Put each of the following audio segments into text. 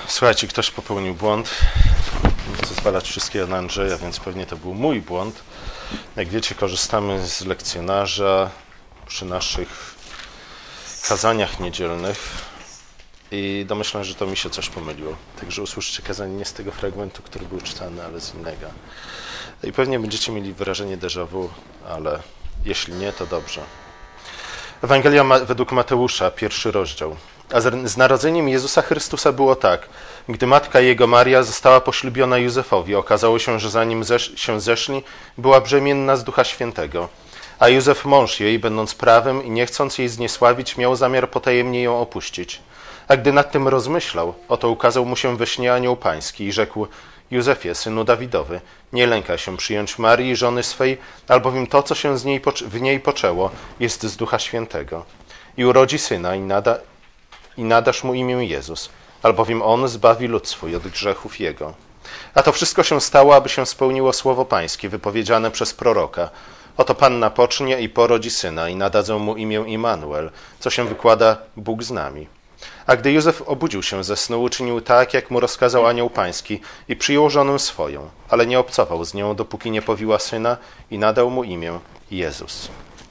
Słuchajcie, ktoś popełnił błąd. Nie chcę zwalać wszystkiego na Andrzeja, więc pewnie to był mój błąd. Jak wiecie, korzystamy z lekcjonarza przy naszych kazaniach niedzielnych i domyślam, że to mi się coś pomyliło. Także usłyszycie kazanie nie z tego fragmentu, który był czytany, ale z innego. I pewnie będziecie mieli wrażenie déjà vu, ale jeśli nie, to dobrze. Ewangelia według Mateusza, 1 rozdział. A z narodzeniem Jezusa Chrystusa było tak. Gdy matka jego Maria została poślubiona Józefowi, okazało się, że zanim się zeszli, była brzemienna z Ducha Świętego. A Józef, mąż jej, będąc prawym i nie chcąc jej zniesławić, miał zamiar potajemnie ją opuścić. A gdy nad tym rozmyślał, oto ukazał mu się we śnie anioł pański i rzekł: Józefie, synu Dawidowy, nie lękaj się przyjąć Marii, żony swej, albowiem to, co się w niej poczęło, jest z Ducha Świętego. I urodzi syna i nadasz mu imię Jezus, albowiem on zbawi lud swój od grzechów jego. A to wszystko się stało, aby się spełniło słowo pańskie, wypowiedziane przez proroka. Oto panna pocznie i porodzi syna i nadadzą mu imię Immanuel, co się wykłada Bóg z nami. A gdy Józef obudził się ze snu, uczynił tak, jak mu rozkazał anioł pański i przyjął żonę swoją, ale nie obcował z nią, dopóki nie powiła syna i nadał mu imię Jezus.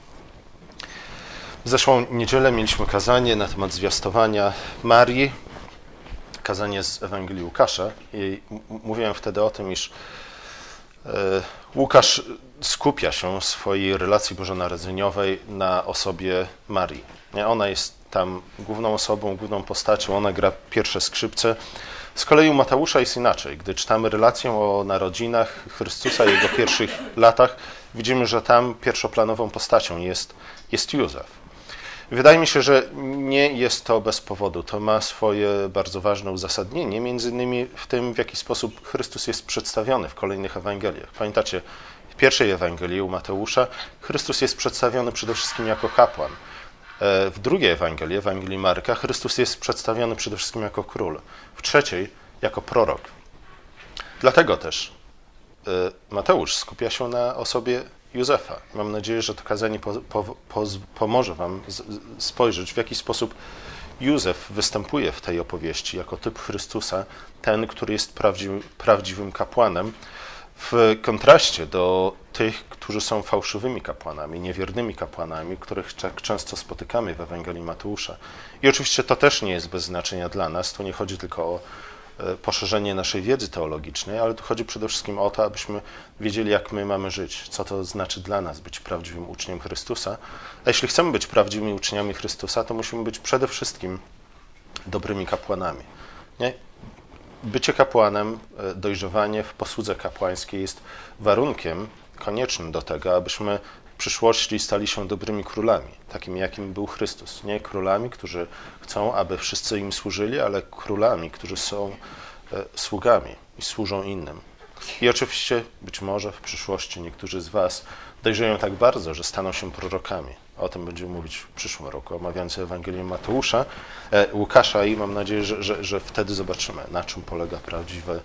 W zeszłą niedzielę mieliśmy kazanie na temat zwiastowania Marii, kazanie z Ewangelii Łukasza i mówiłem wtedy o tym, iż Łukasz skupia się w swojej relacji bożonarodzeniowej na osobie Marii. Ona jest tam główną osobą, główną postacią, ona gra pierwsze skrzypce. Z kolei u Mateusza jest inaczej. Gdy czytamy relację o narodzinach Chrystusa i jego pierwszych latach, widzimy, że tam pierwszoplanową postacią jest Józef. Wydaje mi się, że nie jest to bez powodu. To ma swoje bardzo ważne uzasadnienie, między innymi w tym, w jaki sposób Chrystus jest przedstawiony w kolejnych Ewangeliach. Pamiętacie, w pierwszej Ewangelii u Mateusza Chrystus jest przedstawiony przede wszystkim jako kapłan. W drugiej Ewangelii, Ewangelii Marka, Chrystus jest przedstawiony przede wszystkim jako król. W trzeciej jako prorok. Dlatego też Mateusz skupia się na osobie Józefa. Mam nadzieję, że to kazanie pomoże wam spojrzeć, w jaki sposób Józef występuje w tej opowieści jako typ Chrystusa, ten, który jest prawdziwym kapłanem, w kontraście do tych, którzy są fałszywymi kapłanami, niewiernymi kapłanami, których tak często spotykamy w Ewangelii Mateusza. I oczywiście to też nie jest bez znaczenia dla nas. Tu nie chodzi tylko o poszerzenie naszej wiedzy teologicznej, ale tu chodzi przede wszystkim o to, abyśmy wiedzieli, jak my mamy żyć, co to znaczy dla nas być prawdziwym uczniem Chrystusa. A jeśli chcemy być prawdziwymi uczniami Chrystusa, to musimy być przede wszystkim dobrymi kapłanami. Nie? Bycie kapłanem, dojrzewanie w posłudze kapłańskiej jest warunkiem koniecznym do tego, abyśmy w przyszłości stali się dobrymi królami, takimi jakim był Chrystus. Nie królami, którzy chcą, aby wszyscy im służyli, ale królami, którzy są sługami i służą innym. I oczywiście być może w przyszłości niektórzy z was dojrzeją tak bardzo, że staną się prorokami. O tym będziemy mówić w przyszłym roku, omawiając Ewangelię Łukasza i mam nadzieję, że wtedy zobaczymy, na czym polega prawdziwe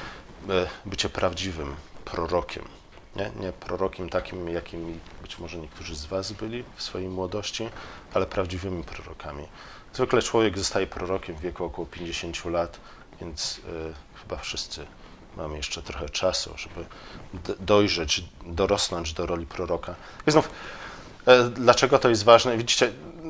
bycie prawdziwym prorokiem. Nie prorokiem takim, jakim być może niektórzy z was byli w swojej młodości, ale prawdziwymi prorokami. Zwykle człowiek zostaje prorokiem w wieku około 50 lat, więc chyba wszyscy mamy jeszcze trochę czasu, żeby dojrzeć, dorosnąć do roli proroka. I znów, dlaczego to jest ważne? Widzicie,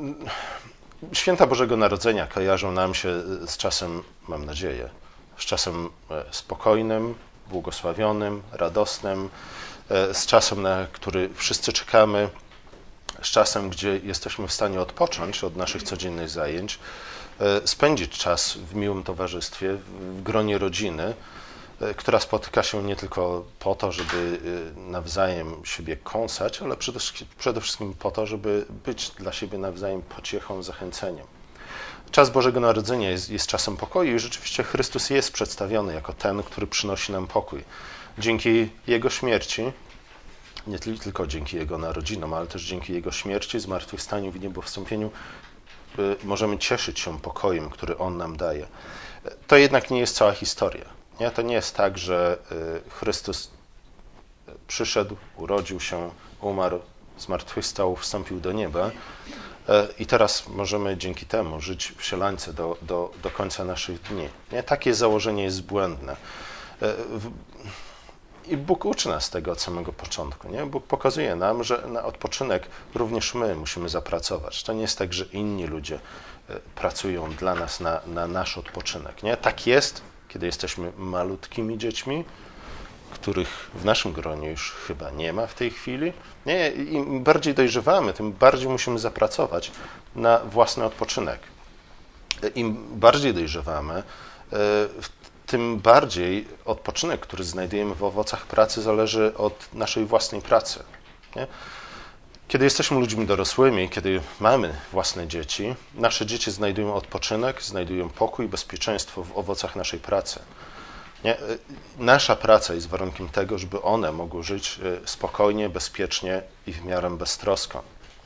święta Bożego Narodzenia kojarzą nam się z czasem, mam nadzieję, z czasem spokojnym, błogosławionym, radosnym, z czasem, na który wszyscy czekamy, z czasem, gdzie jesteśmy w stanie odpocząć od naszych codziennych zajęć, spędzić czas w miłym towarzystwie, w gronie rodziny, która spotyka się nie tylko po to, żeby nawzajem siebie kąsać, ale przede wszystkim po to, żeby być dla siebie nawzajem pociechą, zachęceniem. Czas Bożego Narodzenia jest czasem pokoju i rzeczywiście Chrystus jest przedstawiony jako ten, który przynosi nam pokój. Dzięki Jego śmierci, nie tylko dzięki Jego narodzinom, ale też dzięki Jego śmierci, zmartwychwstaniu i niebowstąpieniu możemy cieszyć się pokojem, który On nam daje. To jednak nie jest cała historia. Nie? To nie jest tak, że Chrystus przyszedł, urodził się, umarł, zmartwychwstał, wstąpił do nieba, i teraz możemy dzięki temu żyć w sielańce do końca naszych dni. Nie? Takie założenie jest błędne. I Bóg uczy nas tego od samego początku. Nie? Bóg pokazuje nam, że na odpoczynek również my musimy zapracować. To nie jest tak, że inni ludzie pracują dla nas na nasz odpoczynek. Nie? Tak jest, kiedy jesteśmy malutkimi dziećmi, których w naszym gronie już chyba nie ma w tej chwili. Nie, im bardziej dojrzewamy, tym bardziej musimy zapracować na własny odpoczynek. Im bardziej dojrzewamy, tym bardziej odpoczynek, który znajdujemy w owocach pracy, zależy od naszej własnej pracy. Nie? Kiedy jesteśmy ludźmi dorosłymi, kiedy mamy własne dzieci, nasze dzieci znajdują odpoczynek, znajdują pokój, bezpieczeństwo w owocach naszej pracy. Nie? Nasza praca jest warunkiem tego, żeby one mogły żyć spokojnie, bezpiecznie i w miarę beztrosko.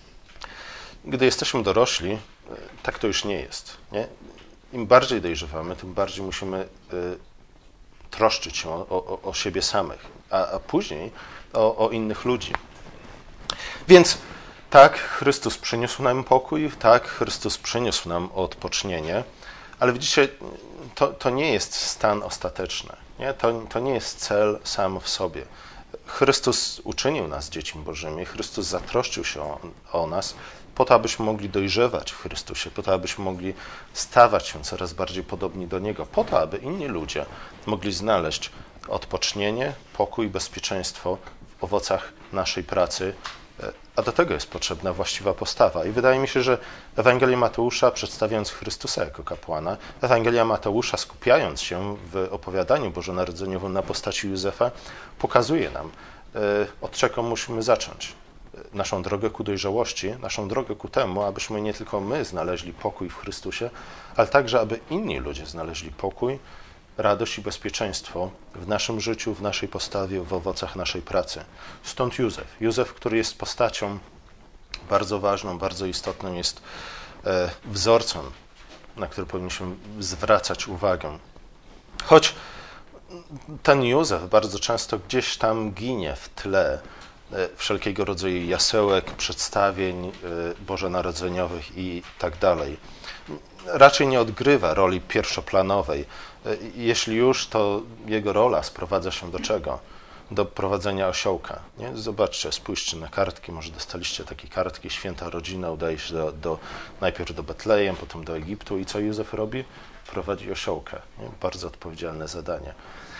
Gdy jesteśmy dorośli, tak to już nie jest. Nie? Im bardziej dojrzewamy, tym bardziej musimy troszczyć się o siebie samych, a później o innych ludzi. Więc tak, Chrystus przyniósł nam pokój, tak, Chrystus przyniósł nam odpocznienie, ale widzicie, to nie jest stan ostateczny. Nie? To nie jest cel sam w sobie. Chrystus uczynił nas dziećmi Bożymi, Chrystus zatroszczył się o nas po to, abyśmy mogli dojrzewać w Chrystusie, po to, abyśmy mogli stawać się coraz bardziej podobni do Niego, po to, aby inni ludzie mogli znaleźć odpocznienie, pokój, bezpieczeństwo w owocach naszej pracy, a do tego jest potrzebna właściwa postawa. I wydaje mi się, że Ewangelia Mateusza, przedstawiając Chrystusa jako kapłana, Ewangelia Mateusza, skupiając się w opowiadaniu bożonarodzeniowym na postaci Józefa, pokazuje nam, od czego musimy zacząć. Naszą drogę ku dojrzałości, naszą drogę ku temu, abyśmy nie tylko my znaleźli pokój w Chrystusie, ale także, aby inni ludzie znaleźli pokój, radość i bezpieczeństwo w naszym życiu, w naszej postawie, w owocach naszej pracy. Stąd Józef. Józef, który jest postacią bardzo ważną, bardzo istotną, jest wzorcem, na który powinniśmy zwracać uwagę. Choć ten Józef bardzo często gdzieś tam ginie w tle wszelkiego rodzaju jasełek, przedstawień bożonarodzeniowych i tak dalej. Raczej nie odgrywa roli pierwszoplanowej. Jeśli już, to jego rola sprowadza się do czego? Do prowadzenia osiołka. Nie? Zobaczcie, spójrzcie na kartki, może dostaliście takie kartki, święta rodzina udaje się najpierw do Betlejem, potem do Egiptu i co Józef robi? Prowadzi osiołka. Nie? Bardzo odpowiedzialne zadanie.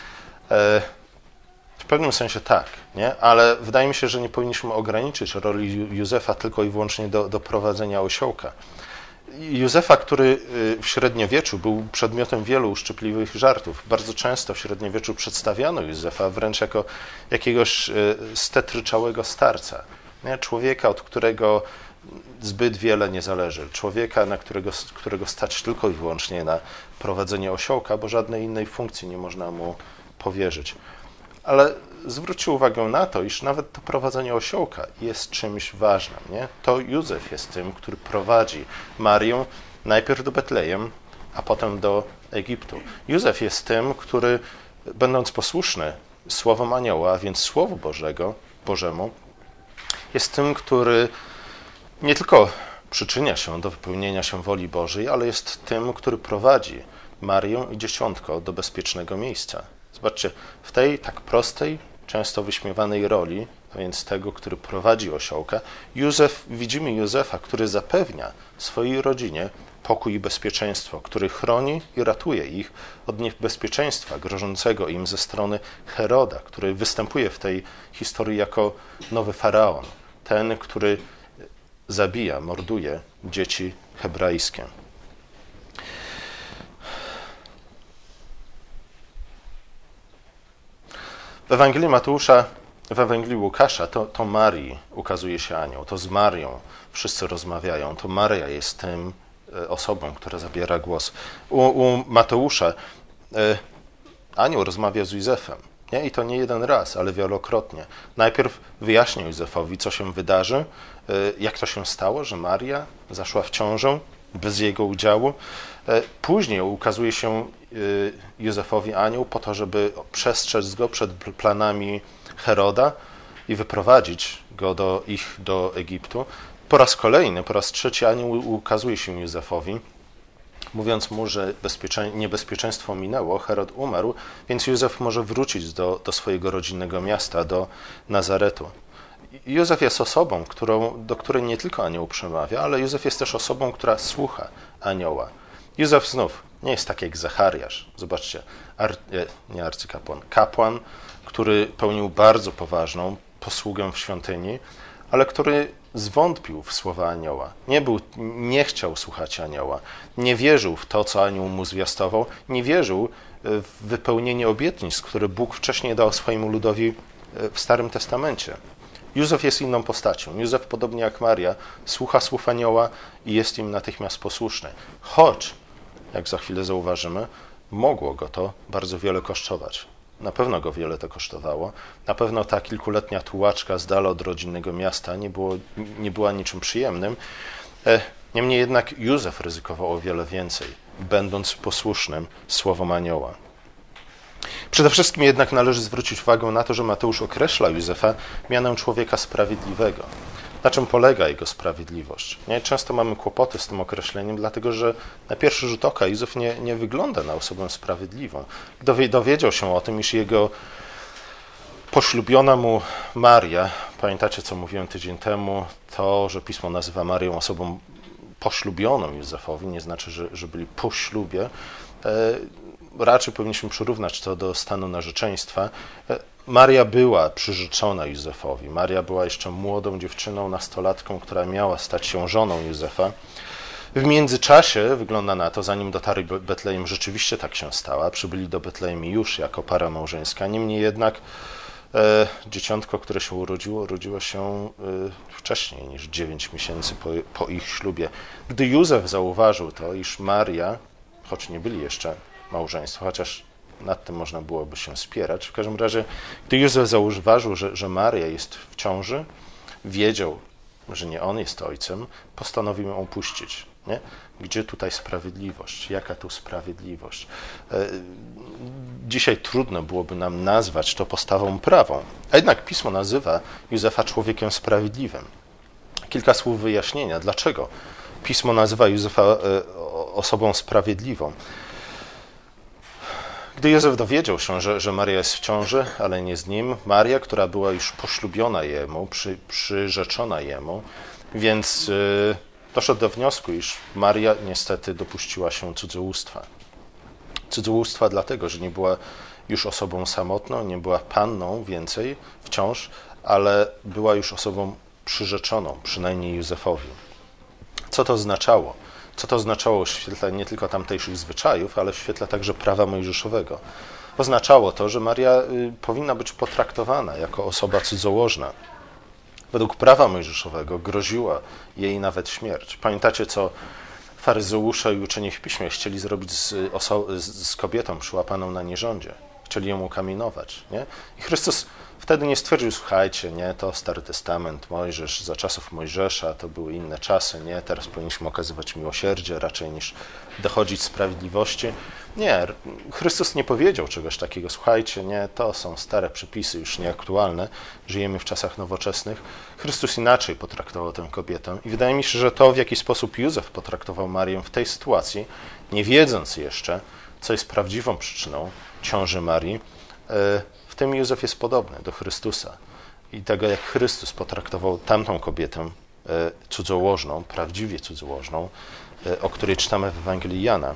W pewnym sensie tak, nie? Ale wydaje mi się, że nie powinniśmy ograniczyć roli Józefa tylko i wyłącznie do prowadzenia osiołka. Józefa, który w średniowieczu był przedmiotem wielu uszczypliwych żartów. Bardzo często w średniowieczu przedstawiano Józefa wręcz jako jakiegoś stetryczałego starca. Nie? Człowieka, od którego zbyt wiele nie zależy. Człowieka, na którego stać tylko i wyłącznie na prowadzenie osiołka, bo żadnej innej funkcji nie można mu powierzyć. Ale zwróćcie uwagę na to, iż nawet to prowadzenie osiołka jest czymś ważnym. Nie? To Józef jest tym, który prowadzi Marię najpierw do Betlejem, a potem do Egiptu. Józef jest tym, który, będąc posłuszny słowom anioła, a więc Słowu Bożemu, jest tym, który nie tylko przyczynia się do wypełnienia się woli Bożej, ale jest tym, który prowadzi Marię i dzieciątko do bezpiecznego miejsca. Zobaczcie, w tej tak prostej, często wyśmiewanej roli, a więc tego, który prowadzi osiołka, widzimy Józefa, który zapewnia swojej rodzinie pokój i bezpieczeństwo, który chroni i ratuje ich od niebezpieczeństwa grożącego im ze strony Heroda, który występuje w tej historii jako nowy faraon, ten, który zabija, morduje dzieci hebrajskie. W Ewangelii Mateusza, w Ewangelii Łukasza to Marii ukazuje się anioł, to z Marią wszyscy rozmawiają, to Maria jest tym osobą, która zabiera głos. U Mateusza anioł rozmawia z Józefem, nie? I to nie jeden raz, ale wielokrotnie. Najpierw wyjaśnia Józefowi, co się wydarzy, jak to się stało, że Maria zaszła w ciążę bez jego udziału. Później ukazuje się Józefowi anioł po to, żeby przestrzec go przed planami Heroda i wyprowadzić go do Egiptu. Po raz kolejny, po raz trzeci anioł ukazuje się Józefowi, mówiąc mu, że niebezpieczeństwo minęło, Herod umarł, więc Józef może wrócić do swojego rodzinnego miasta, do Nazaretu. Józef jest osobą, do której nie tylko anioł przemawia, ale Józef jest też osobą, która słucha anioła. Józef znów nie jest tak jak Zachariasz. Zobaczcie, nie arcykapłan, kapłan, który pełnił bardzo poważną posługę w świątyni, ale który zwątpił w słowa anioła. Nie chciał słuchać anioła. Nie wierzył w to, co anioł mu zwiastował. Nie wierzył w wypełnienie obietnic, które Bóg wcześniej dał swojemu ludowi w Starym Testamencie. Józef jest inną postacią. Józef, podobnie jak Maria, słucha słów anioła i jest im natychmiast posłuszny. Choć, jak za chwilę zauważymy, mogło go to bardzo wiele kosztować. Na pewno go wiele to kosztowało. Na pewno ta kilkuletnia tułaczka z dala od rodzinnego miasta nie była niczym przyjemnym. Niemniej jednak Józef ryzykował o wiele więcej, będąc posłusznym słowom anioła. Przede wszystkim jednak należy zwrócić uwagę na to, że Mateusz określa Józefa mianem człowieka sprawiedliwego. Na czym polega jego sprawiedliwość? Często mamy kłopoty z tym określeniem, dlatego że na pierwszy rzut oka Józef nie wygląda na osobę sprawiedliwą. Dowiedział się o tym, iż jego poślubiona mu Maria, pamiętacie, co mówiłem tydzień temu, to, że Pismo nazywa Marią osobą poślubioną Józefowi, nie znaczy, że byli po ślubie. Raczej powinniśmy przyrównać to do stanu narzeczeństwa. Maria była przyrzeczona Józefowi. Maria była jeszcze młodą dziewczyną, nastolatką, która miała stać się żoną Józefa. W międzyczasie, wygląda na to, zanim dotarli do Betlejem, rzeczywiście tak się stała. Przybyli do Betlejem już jako para małżeńska. Niemniej jednak dzieciątko, które się urodziło się wcześniej niż 9 miesięcy po ich ślubie. Gdy Józef zauważył to, iż Maria, choć nie byli jeszcze małżeństwo, chociaż nad tym można byłoby się spierać. W każdym razie, gdy Józef zauważył, że Maria jest w ciąży, wiedział, że nie on jest ojcem, postanowił ją opuścić. Nie? Gdzie tutaj sprawiedliwość? Jaka tu sprawiedliwość? Dzisiaj trudno byłoby nam nazwać to postawą prawą, a jednak Pismo nazywa Józefa człowiekiem sprawiedliwym. Kilka słów wyjaśnienia, dlaczego Pismo nazywa Józefa osobą sprawiedliwą. Gdy Józef dowiedział się, że Maria jest w ciąży, ale nie z nim, Maria, która była już poślubiona jemu, przyrzeczona jemu, więc doszedł do wniosku, iż Maria niestety dopuściła się cudzołóstwa. Cudzołóstwa dlatego, że nie była już osobą samotną, nie była panną więcej wciąż, ale była już osobą przyrzeczoną, przynajmniej Józefowi. Co to oznaczało? Co to oznaczało w świetle nie tylko tamtejszych zwyczajów, ale w świetle także prawa mojżeszowego? Oznaczało to, że Maria powinna być potraktowana jako osoba cudzołożna. Według prawa mojżeszowego groziła jej nawet śmierć. Pamiętacie, co faryzeusze i uczeni w piśmie chcieli zrobić z kobietą przyłapaną na nierządzie? Chcieli ją ukamienować. Nie? I Chrystus wtedy nie stwierdził, słuchajcie, nie, to Stary Testament, Mojżesz, za czasów Mojżesza to były inne czasy, nie, teraz powinniśmy okazywać miłosierdzie raczej niż dochodzić sprawiedliwości. Nie, Chrystus nie powiedział czegoś takiego, słuchajcie, nie, to są stare przepisy, już nieaktualne, żyjemy w czasach nowoczesnych. Chrystus inaczej potraktował tę kobietę i wydaje mi się, że to, w jaki sposób Józef potraktował Marię w tej sytuacji, nie wiedząc jeszcze, co jest prawdziwą przyczyną ciąży Marii, w tym Józef jest podobny do Chrystusa i tego, jak Chrystus potraktował tamtą kobietę cudzołożną, prawdziwie cudzołożną, o której czytamy w Ewangelii Jana.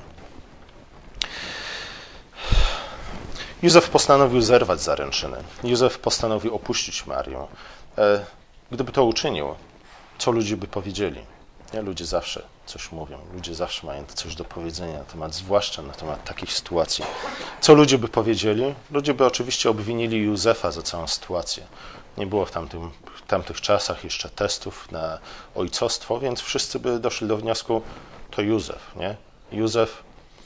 Józef postanowił zerwać zaręczyny. Józef postanowił opuścić Marię. Gdyby to uczynił, co ludzie by powiedzieli? Nie? Ludzie zawsze coś mówią, ludzie zawsze mają coś do powiedzenia na temat, zwłaszcza na temat takich sytuacji. Co ludzie by powiedzieli? Ludzie by oczywiście obwinili Józefa za całą sytuację. Nie było w tamtych czasach jeszcze testów na ojcostwo, więc wszyscy by doszli do wniosku, to Józef, nie? Józef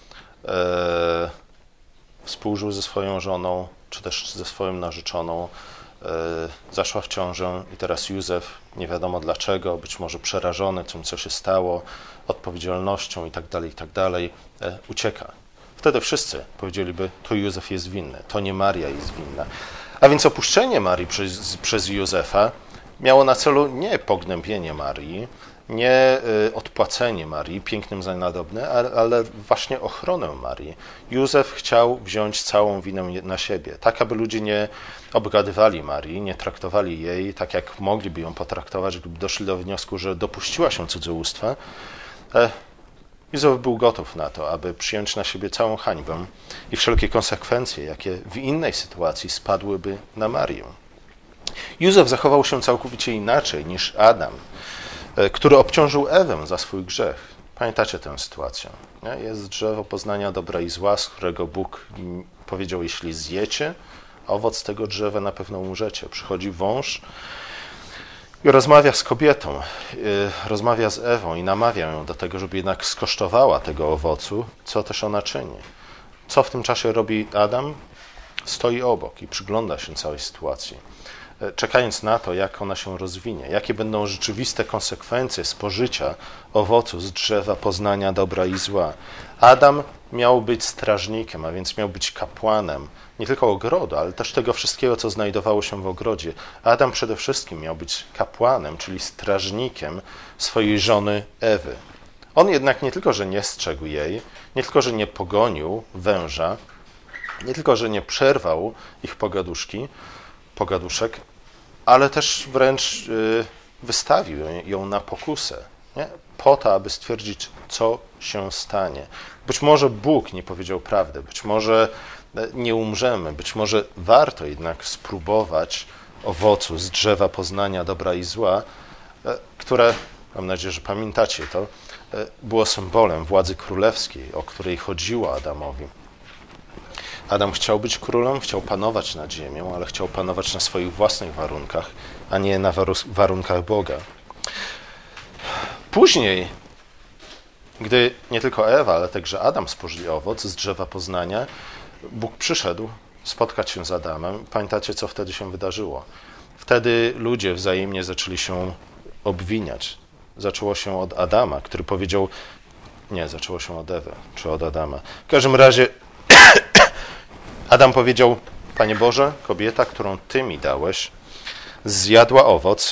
współżył ze swoją żoną, czy też ze swoją narzeczoną, zaszła w ciążę i teraz Józef, nie wiadomo dlaczego, być może przerażony tym, co się stało, odpowiedzialnością i tak dalej, ucieka. Wtedy wszyscy powiedzieliby, to Józef jest winny, to nie Maria jest winna. A więc opuszczenie Marii przez Józefa miało na celu nie pognębienie Marii, nie odpłacenie Marii pięknym za nadobne, ale właśnie ochronę Marii. Józef chciał wziąć całą winę na siebie, tak aby ludzie nie obgadywali Marii, nie traktowali jej tak, jak mogliby ją potraktować, gdyby doszli do wniosku, że dopuściła się cudzołóstwa. Józef był gotów na to, aby przyjąć na siebie całą hańbę i wszelkie konsekwencje, jakie w innej sytuacji spadłyby na Marię. Józef zachował się całkowicie inaczej niż Adam, który obciążył Ewę za swój grzech. Pamiętacie tę sytuację? Nie? Jest drzewo poznania dobra i zła, z którego Bóg powiedział, jeśli zjecie owoc tego drzewa, na pewno umrzecie. Przychodzi wąż i rozmawia z kobietą, rozmawia z Ewą i namawia ją do tego, żeby jednak skosztowała tego owocu, co też ona czyni. Co w tym czasie robi Adam? Stoi obok i przygląda się całej sytuacji, czekając na to, jak ona się rozwinie, jakie będą rzeczywiste konsekwencje spożycia owocu z drzewa poznania dobra i zła. Adam miał być strażnikiem, a więc miał być kapłanem nie tylko ogrodu, ale też tego wszystkiego, co znajdowało się w ogrodzie. Adam przede wszystkim miał być kapłanem, czyli strażnikiem swojej żony Ewy. On jednak nie tylko, że nie strzegł jej, nie tylko, że nie pogonił węża, nie tylko, że nie przerwał ich pogaduszek, ale też wręcz wystawił ją na pokusę, nie? Po to, aby stwierdzić, co się stanie. Być może Bóg nie powiedział prawdy, być może nie umrzemy, być może warto jednak spróbować owocu z drzewa poznania dobra i zła, które, mam nadzieję, że pamiętacie to, było symbolem władzy królewskiej, o której chodziło Adamowi. Adam chciał być królem, chciał panować nad ziemią, ale chciał panować na swoich własnych warunkach, a nie na warunkach Boga. Później, gdy nie tylko Ewa, ale także Adam spożyli owoc z drzewa poznania, Bóg przyszedł spotkać się z Adamem. Pamiętacie, co wtedy się wydarzyło? Wtedy ludzie wzajemnie zaczęli się obwiniać. Zaczęło się od Adama, który powiedział, nie, zaczęło się od Ewy, czy od Adama. W każdym razie Adam powiedział, Panie Boże, kobieta, którą Ty mi dałeś, zjadła owoc,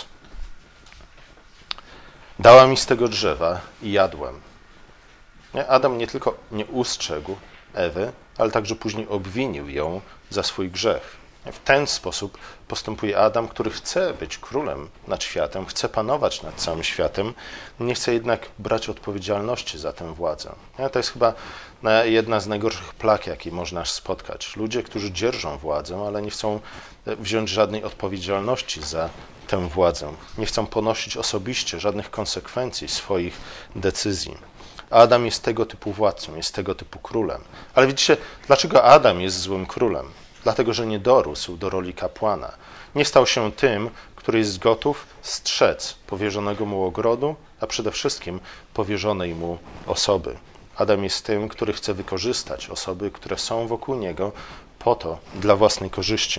dała mi z tego drzewa i jadłem. Nie? Adam nie tylko nie ustrzegł Ewy, ale także później obwinił ją za swój grzech. W ten sposób postępuje Adam, który chce być królem nad światem, chce panować nad całym światem, nie chce jednak brać odpowiedzialności za tę władzę. To jest chyba jedna z najgorszych plag, jakie można spotkać. Ludzie, którzy dzierżą władzę, ale nie chcą wziąć żadnej odpowiedzialności za tę władzę. Nie chcą ponosić osobiście żadnych konsekwencji swoich decyzji. Adam jest tego typu władcą, jest tego typu królem. Ale widzicie, dlaczego Adam jest złym królem? Dlatego, że nie dorósł do roli kapłana. Nie stał się tym, który jest gotów strzec powierzonego mu ogrodu, a przede wszystkim powierzonej mu osoby. Adam jest tym, który chce wykorzystać osoby, które są wokół niego, po to, dla własnej korzyści.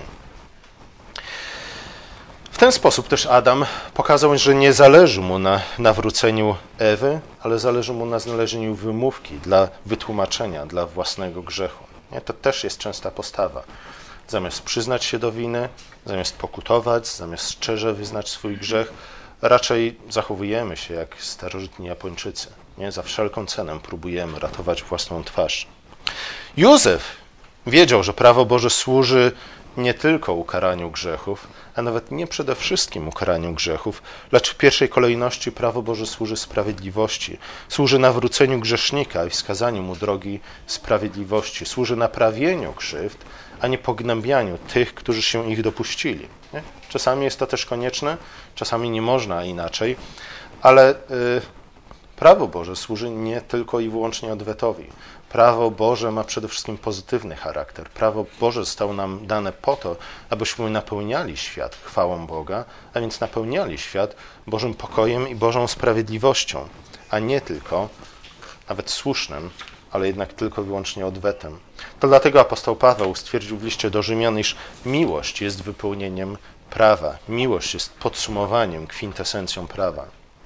W ten sposób też Adam pokazał, że nie zależy mu na nawróceniu Ewy, ale zależy mu na znalezieniu wymówki dla wytłumaczenia, dla własnego grzechu. To też jest częsta postawa. Zamiast przyznać się do winy, zamiast pokutować, zamiast szczerze wyznać swój grzech, raczej zachowujemy się jak starożytni Japończycy. Nie? Za wszelką cenę próbujemy ratować własną twarz. Józef wiedział, że prawo Boże służy nie tylko ukaraniu grzechów, a nawet nie przede wszystkim ukaraniu grzechów, lecz w pierwszej kolejności prawo Boże służy sprawiedliwości, służy nawróceniu grzesznika i wskazaniu mu drogi sprawiedliwości, służy naprawieniu krzywd, a nie pognębianiu tych, którzy się ich dopuścili. Nie? Czasami jest to też konieczne, czasami nie można inaczej, ale prawo Boże służy nie tylko i wyłącznie odwetowi. Prawo Boże ma przede wszystkim pozytywny charakter. Prawo Boże zostało nam dane po to, abyśmy napełniali świat chwałą Boga, a więc napełniali świat Bożym pokojem i Bożą sprawiedliwością, a nie tylko, nawet słusznym, ale jednak tylko i wyłącznie odwetem. To dlatego apostoł Paweł stwierdził w liście do Rzymian, iż miłość jest wypełnieniem prawa. Miłość jest podsumowaniem, kwintesencją prawa.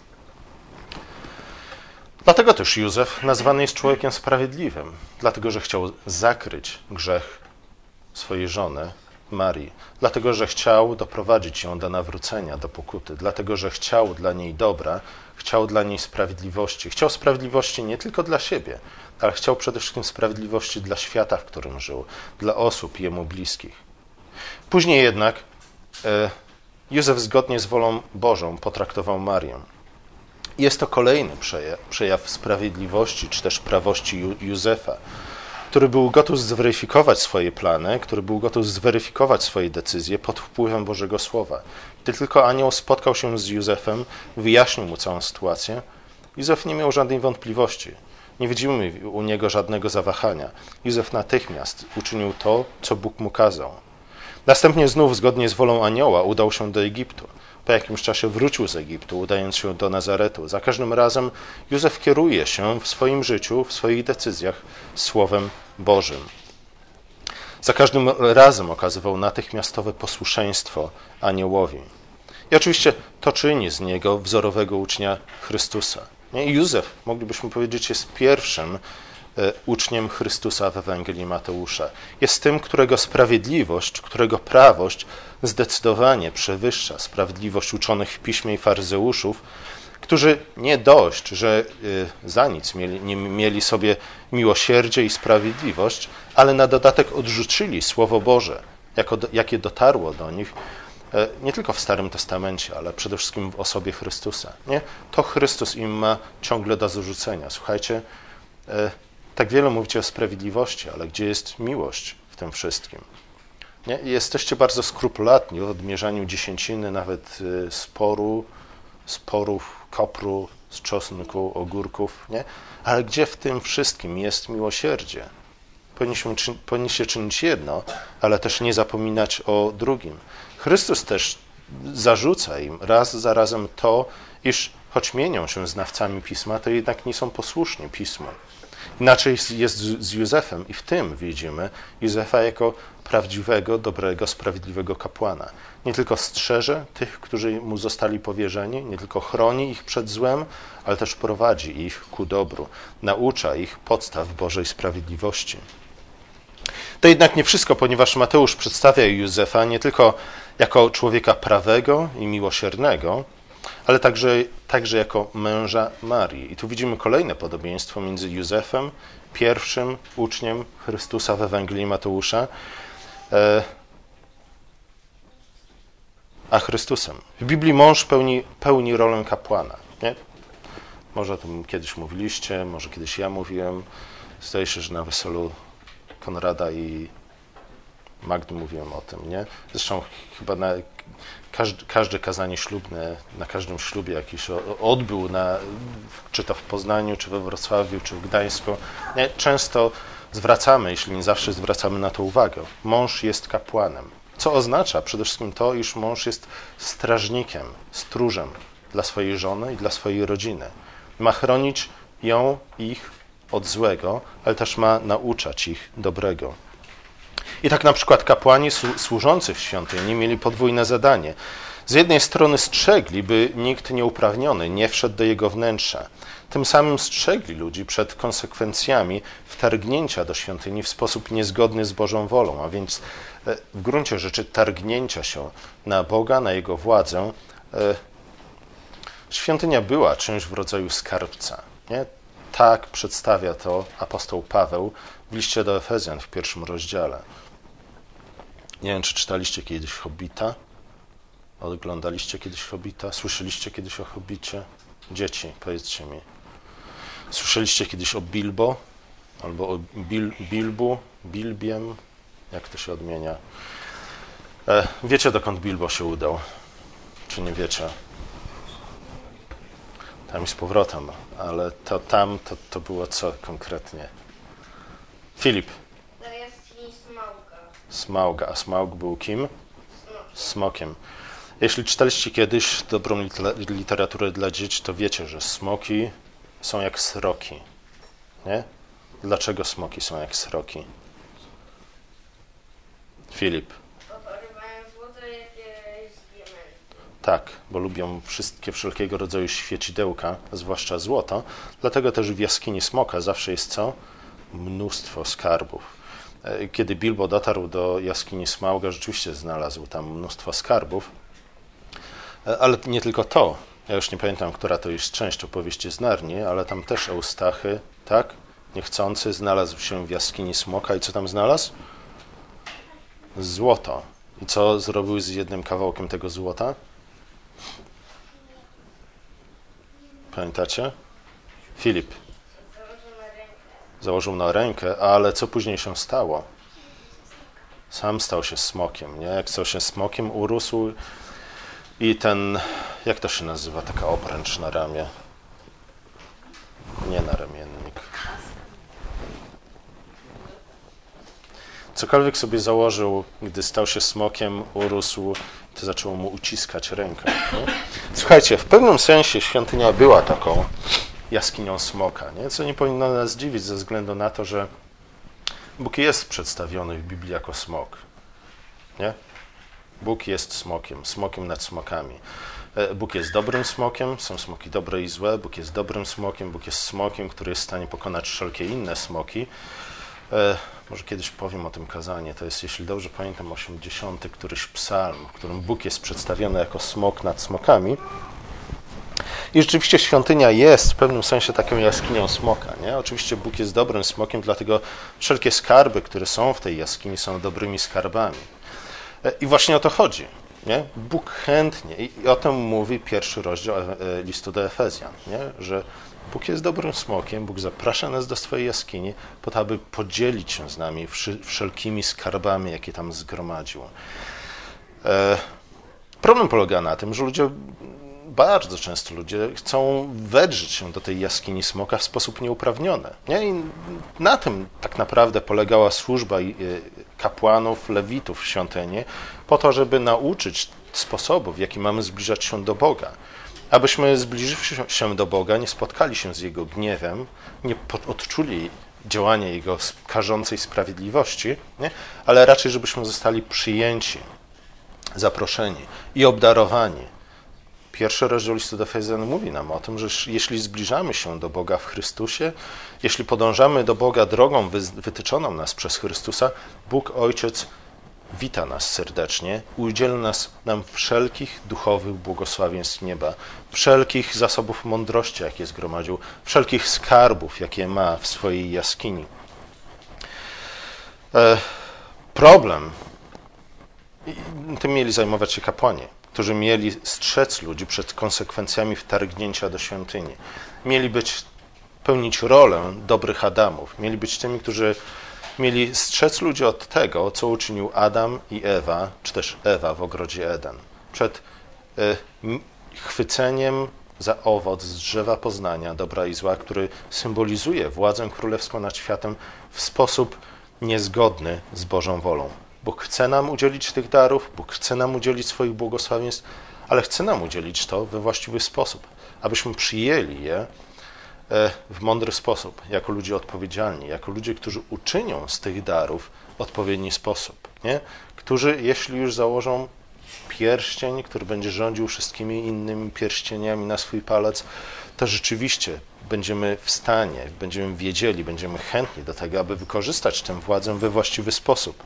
Dlatego też Józef nazwany jest człowiekiem sprawiedliwym, dlatego że chciał zakryć grzech swojej żony Marii, dlatego że chciał doprowadzić ją do nawrócenia, do pokuty, dlatego że chciał dla niej dobra, chciał dla niej sprawiedliwości. Chciał sprawiedliwości nie tylko dla siebie, ale chciał przede wszystkim sprawiedliwości dla świata, w którym żył, dla osób jemu bliskich. Później jednak Józef zgodnie z wolą Bożą potraktował Marię. Jest to kolejny przejaw sprawiedliwości, czy też prawości Józefa, który był gotów zweryfikować swoje plany, który był gotów zweryfikować swoje decyzje pod wpływem Bożego Słowa. Gdy tylko anioł spotkał się z Józefem, wyjaśnił mu całą sytuację, Józef nie miał żadnej wątpliwości. Nie widzimy u niego żadnego zawahania. Józef natychmiast uczynił to, co Bóg mu kazał. Następnie znów, zgodnie z wolą anioła, udał się do Egiptu. Po jakimś czasie wrócił z Egiptu, udając się do Nazaretu. Za każdym razem Józef kieruje się w swoim życiu, w swoich decyzjach Słowem Bożym. Za każdym razem okazywał natychmiastowe posłuszeństwo aniołowi. I oczywiście to czyni z niego wzorowego ucznia Chrystusa. I Józef, moglibyśmy powiedzieć, jest pierwszym uczniem Chrystusa w Ewangelii Mateusza. Jest tym, którego sprawiedliwość, którego prawość zdecydowanie przewyższa sprawiedliwość uczonych w piśmie i faryzeuszów, którzy nie dość, że za nic nie mieli sobie miłosierdzie i sprawiedliwość, ale na dodatek odrzucili Słowo Boże, jakie dotarło do nich nie tylko w Starym Testamencie, ale przede wszystkim w osobie Chrystusa. Nie? To Chrystus im ma ciągle do zarzucenia. Słuchajcie, tak wiele mówicie o sprawiedliwości, ale gdzie jest miłość w tym wszystkim? Nie? Jesteście bardzo skrupulatni w odmierzaniu dziesięciny, nawet sporów, kopru, z czosnku, ogórków. Nie? Ale gdzie w tym wszystkim jest miłosierdzie? Powinniście czynić jedno, ale też nie zapominać o drugim. Chrystus też zarzuca im raz za razem to, iż choć mienią się znawcami Pisma, to jednak nie są posłuszni Pismu. Inaczej jest z Józefem i w tym widzimy Józefa jako prawdziwego, dobrego, sprawiedliwego kapłana. Nie tylko strzeże tych, którzy mu zostali powierzeni, nie tylko chroni ich przed złem, ale też prowadzi ich ku dobru, naucza ich podstaw Bożej sprawiedliwości. To jednak nie wszystko, ponieważ Mateusz przedstawia Józefa nie tylko jako człowieka prawego i miłosiernego, ale także jako męża Marii. I tu widzimy kolejne podobieństwo między Józefem, pierwszym uczniem Chrystusa w Ewangelii Mateusza, a Chrystusem. W Biblii mąż pełni rolę kapłana. Nie? Może o tym kiedyś mówiliście, może kiedyś ja mówiłem. Zdaje się, że na weselu Konrada i Magdy mówiłem o tym. Nie? Zresztą chyba każde kazanie ślubne, na każdym ślubie jakiś odbył, czy to w Poznaniu, czy we Wrocławiu, czy w Gdańsku. Nie? Często zwracamy, jeśli nie zawsze zwracamy na to uwagę. Mąż jest kapłanem. Co oznacza przede wszystkim to, iż mąż jest strażnikiem, stróżem dla swojej żony i dla swojej rodziny. Ma chronić ją, ich od złego, ale też ma nauczać ich dobrego. I tak na przykład kapłani służący w świątyni mieli podwójne zadanie. Z jednej strony strzegli, by nikt nieuprawniony nie wszedł do jego wnętrza. Tym samym strzegli ludzi przed konsekwencjami wtargnięcia do świątyni w sposób niezgodny z Bożą wolą, a więc w gruncie rzeczy targnięcia się na Boga, na Jego władzę. Świątynia była czymś w rodzaju skarbca. Nie? Tak przedstawia to apostoł Paweł w liście do Efezjan w 1 rozdziale. Nie wiem, czy czytaliście kiedyś Hobbita? Oglądaliście kiedyś Hobbita? Słyszeliście kiedyś o Hobbicie? Dzieci, powiedzcie mi. Słyszeliście kiedyś o Bilbo? Albo o Bilbu? Bilbiem? Jak to się odmienia? Wiecie, dokąd Bilbo się udał? Czy nie wiecie? Tam i z powrotem, ale to było co konkretnie? Filip. To jest Smauga. Smauga. A Smaug był kim? Smokiem. Jeśli czytaliście kiedyś dobrą literaturę dla dzieci, to wiecie, że smoki są jak sroki. Nie? Dlaczego smoki są jak sroki? Filip. Bo porywają złoto jakieś diamenty. Tak, bo lubią wszelkiego rodzaju świecidełka, zwłaszcza złoto. Dlatego też w jaskini smoka zawsze jest co? Mnóstwo skarbów. Kiedy Bilbo dotarł do jaskini Smauga, rzeczywiście znalazł tam mnóstwo skarbów, ale nie tylko to. Ja już nie pamiętam, która to jest część opowieści z Narni, ale tam też Eustachy, tak, niechcący, znalazł się w jaskini Smoka i co tam znalazł? Złoto. I co zrobił z jednym kawałkiem tego złota? Pamiętacie? Filip. Założył na rękę, ale co później się stało? Sam stał się smokiem, nie? Jak stał się smokiem, urósł i ten, jak to się nazywa, taka obręcz na ramię? Nie naramiennik. Cokolwiek sobie założył, gdy stał się smokiem, urósł, to zaczęło mu uciskać rękę. Nie? Słuchajcie, w pewnym sensie świątynia była taką jaskinią smoka, nie? Co nie powinno nas dziwić ze względu na to, że Bóg jest przedstawiony w Biblii jako smok. Nie? Bóg jest smokiem nad smokami. Bóg jest dobrym smokiem, są smoki dobre i złe. Bóg jest dobrym smokiem, Bóg jest smokiem, który jest w stanie pokonać wszelkie inne smoki. Może kiedyś powiem o tym kazanie. To jest, jeśli dobrze pamiętam, 80. któryś psalm, w którym Bóg jest przedstawiony jako smok nad smokami. I rzeczywiście świątynia jest w pewnym sensie taką jaskinią smoka. Nie? Oczywiście Bóg jest dobrym smokiem, dlatego wszelkie skarby, które są w tej jaskini, są dobrymi skarbami. I właśnie o to chodzi. Nie? Bóg chętnie, i o tym mówi pierwszy rozdział listu do Efezjan, nie? Że Bóg jest dobrym smokiem, Bóg zaprasza nas do swojej jaskini po to, aby podzielić się z nami wszelkimi skarbami, jakie tam zgromadził. Problem polega na tym, że bardzo często ludzie chcą wedrzeć się do tej jaskini smoka w sposób nieuprawniony. Nie? I na tym tak naprawdę polegała służba kapłanów, lewitów w świątyni, po to, żeby nauczyć sposobów, w jaki mamy zbliżać się do Boga. Abyśmy zbliżywszy się do Boga, nie spotkali się z Jego gniewem, nie odczuli działania Jego karzącej sprawiedliwości, nie? Ale raczej, żebyśmy zostali przyjęci, zaproszeni i obdarowani. Pierwszy rozdział listu do Efezjan mówi nam o tym, że jeśli zbliżamy się do Boga w Chrystusie, jeśli podążamy do Boga drogą wytyczoną nas przez Chrystusa, Bóg Ojciec wita nas serdecznie, udzieli nam wszelkich duchowych błogosławieństw nieba, wszelkich zasobów mądrości, jakie zgromadził, wszelkich skarbów, jakie ma w swojej jaskini. Problem, i tym mieli zajmować się kapłani, którzy mieli strzec ludzi przed konsekwencjami wtargnięcia do świątyni. Mieli pełnić rolę dobrych Adamów. Mieli być tymi, którzy mieli strzec ludzi od tego, co uczynił Adam i Ewa, czy też Ewa w ogrodzie Eden. Przed chwyceniem za owoc z drzewa poznania dobra i zła, który symbolizuje władzę królewską nad światem w sposób niezgodny z Bożą wolą. Bóg chce nam udzielić tych darów, Bóg chce nam udzielić swoich błogosławieństw, ale chce nam udzielić to we właściwy sposób, abyśmy przyjęli je w mądry sposób, jako ludzie odpowiedzialni, jako ludzie, którzy uczynią z tych darów odpowiedni sposób, nie? Którzy, jeśli już założą pierścień, który będzie rządził wszystkimi innymi pierścieniami na swój palec, to rzeczywiście będziemy w stanie, będziemy wiedzieli, będziemy chętni do tego, aby wykorzystać tę władzę we właściwy sposób.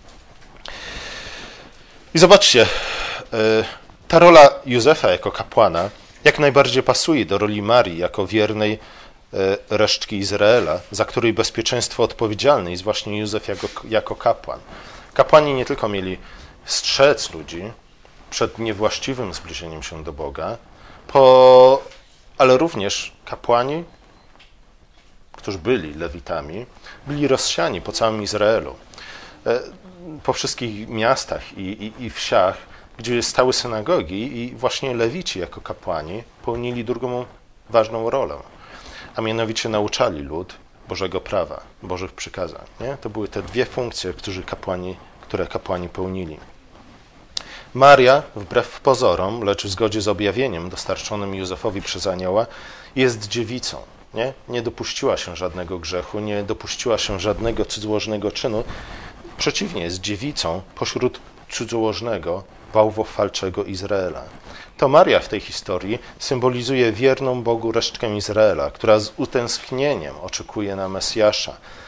I zobaczcie, ta rola Józefa jako kapłana jak najbardziej pasuje do roli Marii jako wiernej resztki Izraela, za której bezpieczeństwo odpowiedzialny jest właśnie Józef jako kapłan. Kapłani nie tylko mieli strzec ludzi przed niewłaściwym zbliżeniem się do Boga, ale również kapłani, którzy byli lewitami, byli rozsiani po całym Izraelu. Po wszystkich miastach i wsiach, gdzie stały synagogi i właśnie lewici jako kapłani pełnili drugą ważną rolę, a mianowicie nauczali lud Bożego prawa, Bożych przykazań. Nie? To były te dwie funkcje, które kapłani pełnili. Maria, wbrew pozorom, lecz w zgodzie z objawieniem dostarczonym Józefowi przez anioła, jest dziewicą. Nie dopuściła się żadnego grzechu, nie dopuściła się żadnego cudzołożnego czynu. Przeciwnie, jest dziewicą pośród cudzołożnego, bałwochwalczego Izraela. To Maria w tej historii symbolizuje wierną Bogu resztkę Izraela, która z utęsknieniem oczekuje na Mesjasza.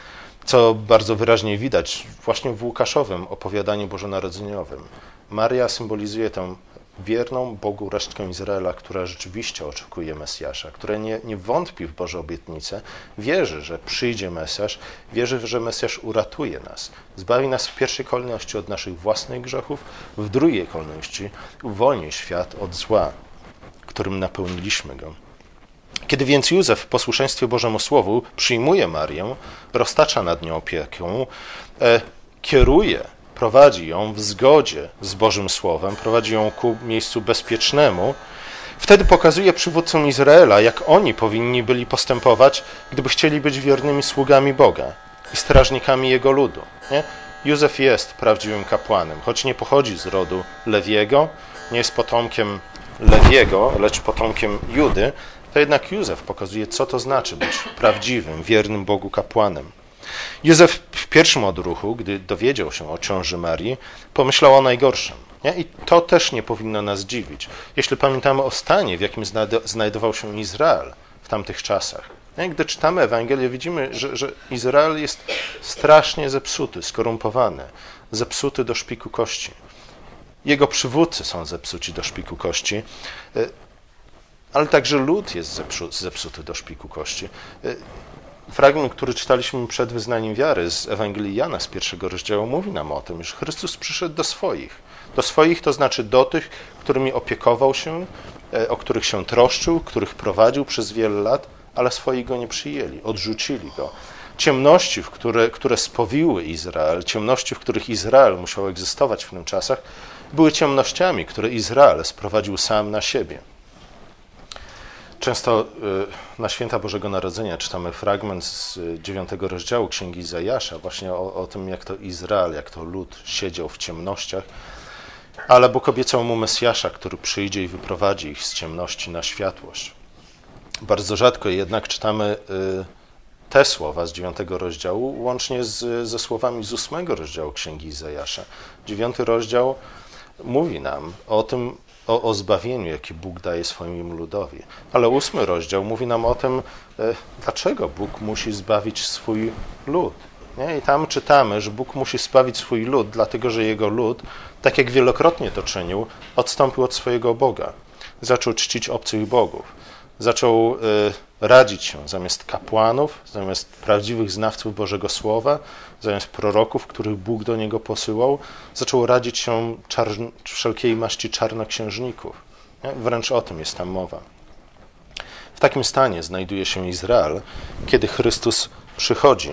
co bardzo wyraźnie widać właśnie w Łukaszowym opowiadaniu bożonarodzeniowym. Maria symbolizuje tę wierną Bogu resztkę Izraela, która rzeczywiście oczekuje Mesjasza, która nie wątpi w Boże obietnice, wierzy, że przyjdzie Mesjasz, wierzy, że Mesjasz uratuje nas, zbawi nas w pierwszej kolejności od naszych własnych grzechów, w drugiej kolejności uwolni świat od zła, którym napełniliśmy go. Kiedy więc Józef w posłuszeństwie Bożemu Słowu przyjmuje Marię, roztacza nad nią opiekę, kieruje, prowadzi ją w zgodzie z Bożym Słowem, prowadzi ją ku miejscu bezpiecznemu, wtedy pokazuje przywódcom Izraela, jak oni powinni byli postępować, gdyby chcieli być wiernymi sługami Boga i strażnikami Jego ludu. Nie? Józef jest prawdziwym kapłanem, choć nie pochodzi z rodu Lewiego, nie jest potomkiem Lewiego, lecz potomkiem Judy, to jednak Józef pokazuje, co to znaczy być prawdziwym, wiernym Bogu kapłanem. Józef w pierwszym odruchu, gdy dowiedział się o ciąży Marii, pomyślał o najgorszym. Nie? I to też nie powinno nas dziwić. Jeśli pamiętamy o stanie, w jakim znajdował się Izrael w tamtych czasach. Nie? Gdy czytamy Ewangelię, widzimy, że Izrael jest strasznie zepsuty, skorumpowany, zepsuty do szpiku kości. Jego przywódcy są zepsuci do szpiku kości, ale także lud jest zepsuty do szpiku kości. Fragment, który czytaliśmy przed wyznaniem wiary z Ewangelii Jana z 1 rozdziału, mówi nam o tym, że Chrystus przyszedł do swoich. Do swoich to znaczy do tych, którymi opiekował się, o których się troszczył, których prowadził przez wiele lat, ale swoi go nie przyjęli, odrzucili go. Ciemności, które spowiły Izrael, ciemności, w których Izrael musiał egzystować w tych czasach, były ciemnościami, które Izrael sprowadził sam na siebie. Często na święta Bożego Narodzenia czytamy fragment z 9 rozdziału Księgi Izajasza, właśnie o tym, jak to Izrael, jak to lud siedział w ciemnościach, ale Bóg obiecał mu Mesjasza, który przyjdzie i wyprowadzi ich z ciemności na światłość. Bardzo rzadko jednak czytamy te słowa z 9 rozdziału, łącznie ze słowami z 8 rozdziału Księgi Izajasza. 9 rozdział mówi nam o tym, o zbawieniu, jakie Bóg daje swojemu ludowi. Ale 8 rozdział mówi nam o tym, dlaczego Bóg musi zbawić swój lud. Nie? I tam czytamy, że Bóg musi zbawić swój lud, dlatego że jego lud, tak jak wielokrotnie to czynił, odstąpił od swojego Boga. Zaczął czcić obcych bogów. Zaczął radzić się zamiast kapłanów, zamiast prawdziwych znawców Bożego Słowa, zamiast proroków, których Bóg do niego posyłał, zaczął radzić się wszelkiej maści czarnoksiężników. Nie? Wręcz o tym jest tam mowa. W takim stanie znajduje się Izrael, kiedy Chrystus przychodzi.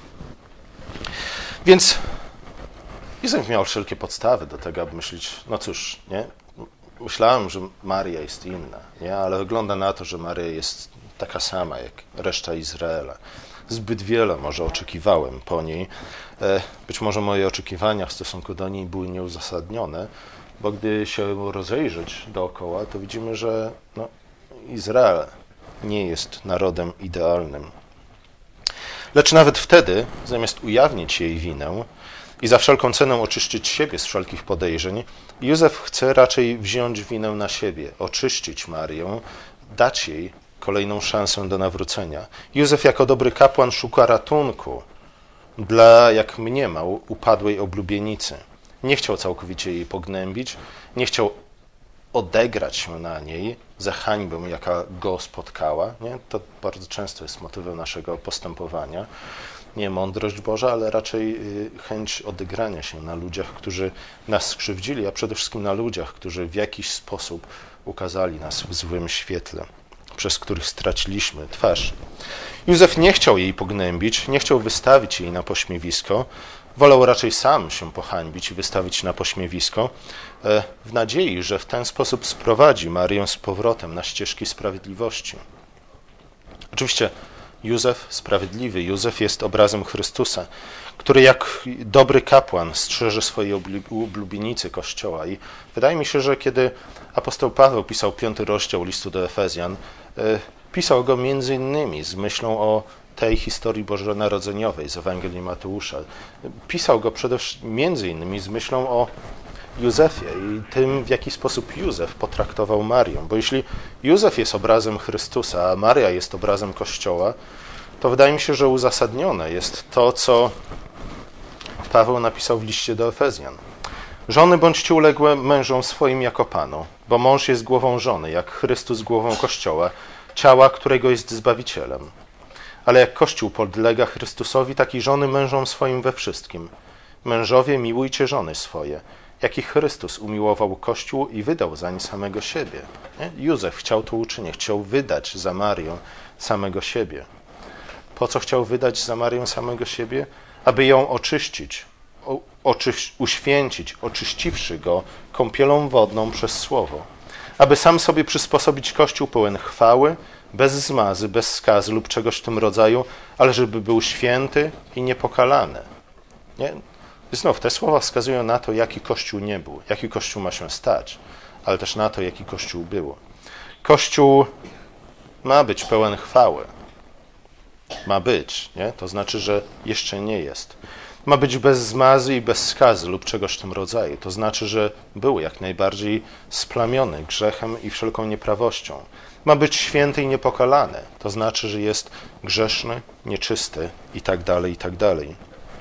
Więc Józef miał wszelkie podstawy do tego, aby myśleć, no cóż, nie? Myślałem, że Maria jest inna, nie? Ale wygląda na to, że Maria jest taka sama jak reszta Izraela. Zbyt wiele może oczekiwałem po niej. Być może moje oczekiwania w stosunku do niej były nieuzasadnione, bo gdy się rozejrzeć dookoła, to widzimy, że Izrael nie jest narodem idealnym. Lecz nawet wtedy, zamiast ujawnić jej winę i za wszelką cenę oczyścić siebie z wszelkich podejrzeń, Józef chce raczej wziąć winę na siebie, oczyścić Marię, dać jej kolejną szansę do nawrócenia. Józef jako dobry kapłan szuka ratunku dla, jak mniemał, upadłej oblubienicy. Nie chciał całkowicie jej pognębić, nie chciał odegrać się na niej za hańbę, jaka go spotkała. Nie? To bardzo często jest motywem naszego postępowania. Nie mądrość Boża, ale raczej chęć odegrania się na ludziach, którzy nas skrzywdzili, a przede wszystkim na ludziach, którzy w jakiś sposób ukazali nas w złym świetle, przez których straciliśmy twarz. Józef nie chciał jej pognębić, nie chciał wystawić jej na pośmiewisko, wolał raczej sam się pohańbić i wystawić na pośmiewisko, w nadziei, że w ten sposób sprowadzi Marię z powrotem na ścieżki sprawiedliwości. Oczywiście Józef, sprawiedliwy Józef, jest obrazem Chrystusa, który jak dobry kapłan strzeże swojej oblubienicy Kościoła. I wydaje mi się, że kiedy apostoł Paweł pisał 5 rozdział listu do Efezjan, pisał go między innymi z myślą o tej historii bożonarodzeniowej z Ewangelii Mateusza. Pisał go przede wszystkim między innymi z myślą o Józefie i tym, w jaki sposób Józef potraktował Marię. Bo jeśli Józef jest obrazem Chrystusa, a Maria jest obrazem Kościoła, to wydaje mi się, że uzasadnione jest to, co Paweł napisał w liście do Efezjan. Żony, bądźcie uległe mężom swoim jako Panu, bo mąż jest głową żony, jak Chrystus głową Kościoła, ciała, którego jest Zbawicielem. Ale jak Kościół podlega Chrystusowi, tak i żony mężom swoim we wszystkim. Mężowie, miłujcie żony swoje, jak i Chrystus umiłował Kościół i wydał zań samego siebie. Nie? Józef chciał to uczynić, chciał wydać za Marię samego siebie. Po co chciał wydać za Marię samego siebie? Aby ją oczyścić, uświęcić, oczyściwszy go kąpielą wodną przez Słowo. Aby sam sobie przysposobić Kościół pełen chwały, bez zmazy, bez skazy lub czegoś w tym rodzaju, ale żeby był święty i niepokalany. Nie? I znów te słowa wskazują na to, jaki Kościół nie był, jaki Kościół ma się stać, ale też na to, jaki Kościół był. Kościół ma być pełen chwały. Ma być, nie? To znaczy, że jeszcze nie jest. Ma być bez zmazy i bez skazy lub czegoś w tym rodzaju. To znaczy, że był jak najbardziej splamiony grzechem i wszelką nieprawością. Ma być święty i niepokalany. To znaczy, że jest grzeszny, nieczysty i tak dalej, i tak dalej.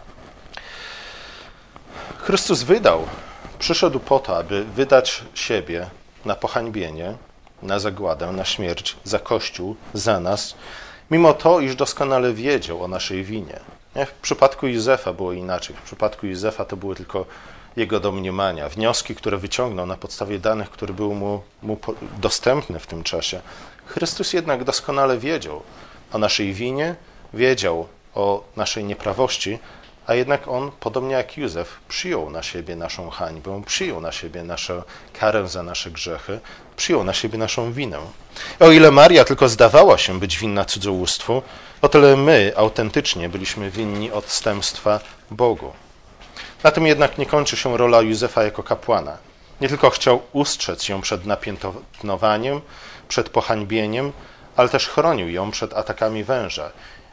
Chrystus przyszedł po to, aby wydać siebie na pohańbienie, na zagładę, na śmierć, za Kościół, za nas, mimo to, iż doskonale wiedział o naszej winie. Nie? W przypadku Józefa było inaczej. W przypadku Józefa to były tylko jego domniemania, wnioski, które wyciągnął na podstawie danych, które były mu dostępne w tym czasie. Chrystus jednak doskonale wiedział o naszej winie, wiedział o naszej nieprawości, a jednak on, podobnie jak Józef, przyjął na siebie naszą hańbę, przyjął na siebie naszą karę za nasze grzechy, przyjął na siebie naszą winę. O ile Maria tylko zdawała się być winna cudzołóstwu, o tyle my autentycznie byliśmy winni odstępstwa Bogu. Na tym jednak nie kończy się rola Józefa jako kapłana. Nie tylko chciał ustrzec ją przed napiętnowaniem, przed pohańbieniem, ale też chronił ją przed atakami węża.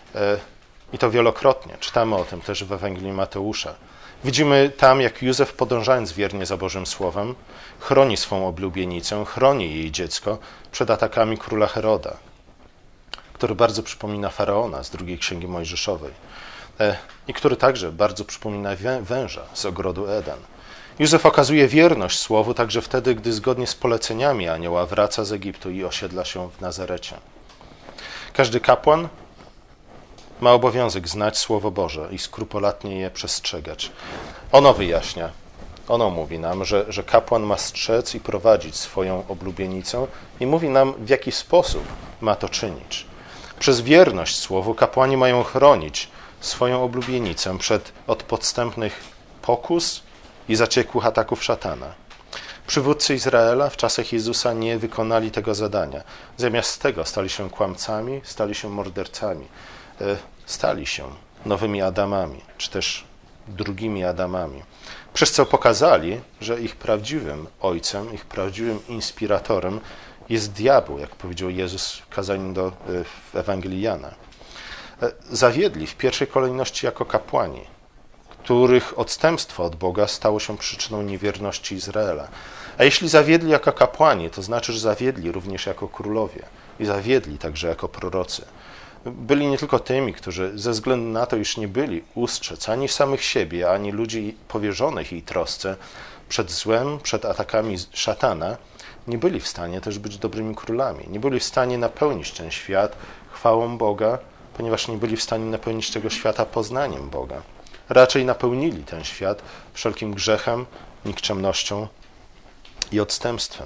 I to wielokrotnie. Czytamy o tym też w Ewangelii Mateusza. Widzimy tam, jak Józef, podążając wiernie za Bożym Słowem, chroni swą oblubienicę, chroni jej dziecko przed atakami króla Heroda, który bardzo przypomina Faraona z drugiej Księgi Mojżeszowej i który także bardzo przypomina węża z ogrodu Eden. Józef okazuje wierność Słowu także wtedy, gdy zgodnie z poleceniami anioła wraca z Egiptu i osiedla się w Nazarecie. Każdy kapłan ma obowiązek znać Słowo Boże i skrupulatnie je przestrzegać. Ono wyjaśnia, ono mówi nam, że kapłan ma strzec i prowadzić swoją oblubienicę i mówi nam, w jaki sposób ma to czynić. Przez wierność Słowu kapłani mają chronić swoją oblubienicę od podstępnych pokus i zaciekłych ataków szatana. Przywódcy Izraela w czasach Jezusa nie wykonali tego zadania. Zamiast tego stali się kłamcami, stali się mordercami. Stali się nowymi Adamami, czy też drugimi Adamami. Przez co pokazali, że ich prawdziwym ojcem, ich prawdziwym inspiratorem jest diabeł, jak powiedział Jezus w kazaniu w Ewangelii Jana. Zawiedli w pierwszej kolejności jako kapłani, których odstępstwo od Boga stało się przyczyną niewierności Izraela. A jeśli zawiedli jako kapłani, to znaczy, że zawiedli również jako królowie i zawiedli także jako prorocy. Byli nie tylko tymi, którzy ze względu na to, iż nie byli ustrzec ani samych siebie, ani ludzi powierzonych jej trosce przed złem, przed atakami szatana, nie byli w stanie też być dobrymi królami. Nie byli w stanie napełnić ten świat chwałą Boga, ponieważ nie byli w stanie napełnić tego świata poznaniem Boga. Raczej napełnili ten świat wszelkim grzechem, nikczemnością i odstępstwem.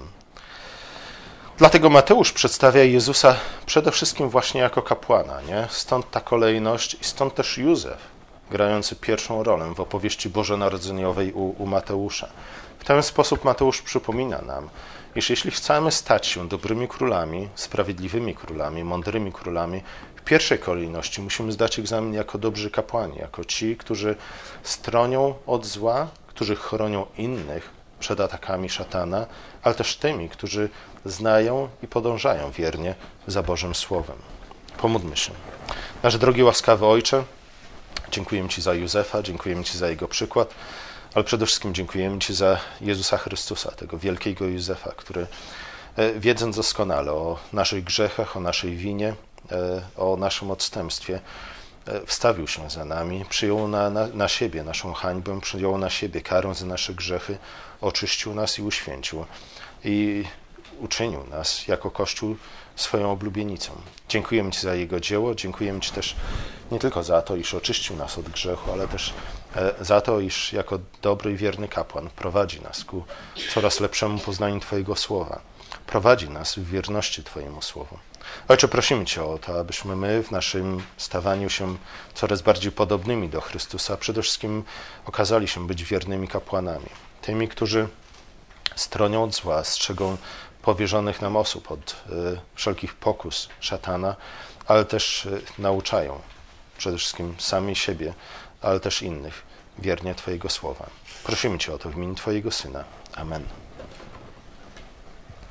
Dlatego Mateusz przedstawia Jezusa przede wszystkim właśnie jako kapłana. Nie? Stąd ta kolejność i stąd też Józef, grający pierwszą rolę w opowieści bożonarodzeniowej u Mateusza. W ten sposób Mateusz przypomina nam, iż jeśli chcemy stać się dobrymi królami, sprawiedliwymi królami, mądrymi królami, w pierwszej kolejności musimy zdać egzamin jako dobrzy kapłani, jako ci, którzy stronią od zła, którzy chronią innych przed atakami szatana, ale też tymi, którzy znają i podążają wiernie za Bożym Słowem. Pomódlmy się. Nasz drogi łaskawy Ojcze, dziękujemy Ci za Józefa, dziękujemy Ci za jego przykład, ale przede wszystkim dziękujemy Ci za Jezusa Chrystusa, tego wielkiego Józefa, który wiedząc doskonale o naszych grzechach, o naszej winie, o naszym odstępstwie, wstawił się za nami, przyjął na siebie naszą hańbę, przyjął na siebie karę za nasze grzechy, oczyścił nas i uświęcił i uczynił nas jako Kościół swoją oblubienicą. Dziękujemy Ci za Jego dzieło, dziękujemy Ci też nie tylko za to, iż oczyścił nas od grzechu, ale też za to, iż jako dobry i wierny kapłan prowadzi nas ku coraz lepszemu poznaniu Twojego Słowa. Prowadzi nas w wierności Twojemu Słowu. Ojcze, prosimy Cię o to, abyśmy my w naszym stawaniu się coraz bardziej podobnymi do Chrystusa, przede wszystkim okazali się być wiernymi kapłanami. Tymi, którzy stronią od zła, strzegą powierzonych nam osób od wszelkich pokus szatana, ale też nauczają przede wszystkim sami siebie, ale też innych wiernie Twojego Słowa. Prosimy Cię o to w imieniu Twojego Syna. Amen.